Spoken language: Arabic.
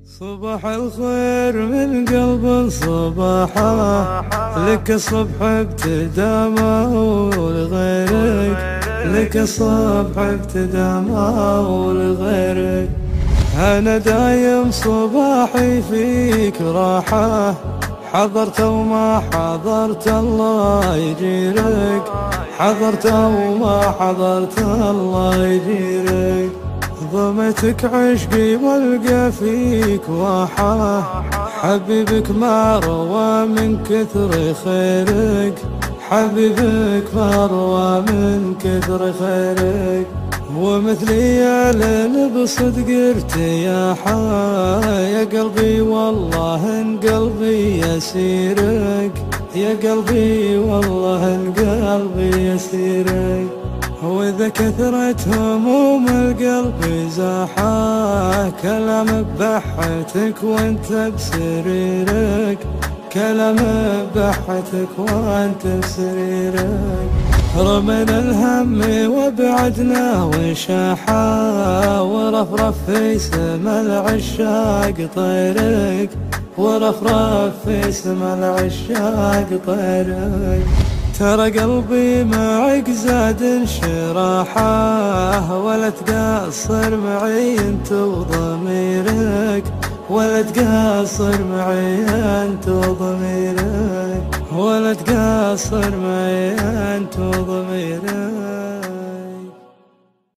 صباح الخير من قلب صباحه، لك الصبح ابتدى ما هو لغيرك، لك الصبح ابتدى ما هو لغيرك. أنا دايم صباحي فيك راحة، حضرت وما حضرت الله يجيرك، حضرت وما حضرت الله يجيرك. ضمتك عشقي والقى فيك واحة، حبيبك ما روى من كثر خيرك، حبيبك ما روى من كثر خيرك. ومثلي يا ليل بصدق ارتياحه، يا قلبي والله ان قلبي يسيرك، يا قلبي والله ان قلبي يسيرك. وإذا كثرت هموم القلب زاحة، كلام ببحتك وانت بسريرك، كلام ببحتك وانت بسريرك. رمينا الهم وابعدنا وشاحة، ورفرف في سما العشاق طيرك، ورفرف في سما العشاق طيرك. ترى قلبي معك زاد انشراحه، ولا تقصر معي انت وضميرك، ولا تقصر معي انت وضميرك، ولا تقصر معي انت وضميرك.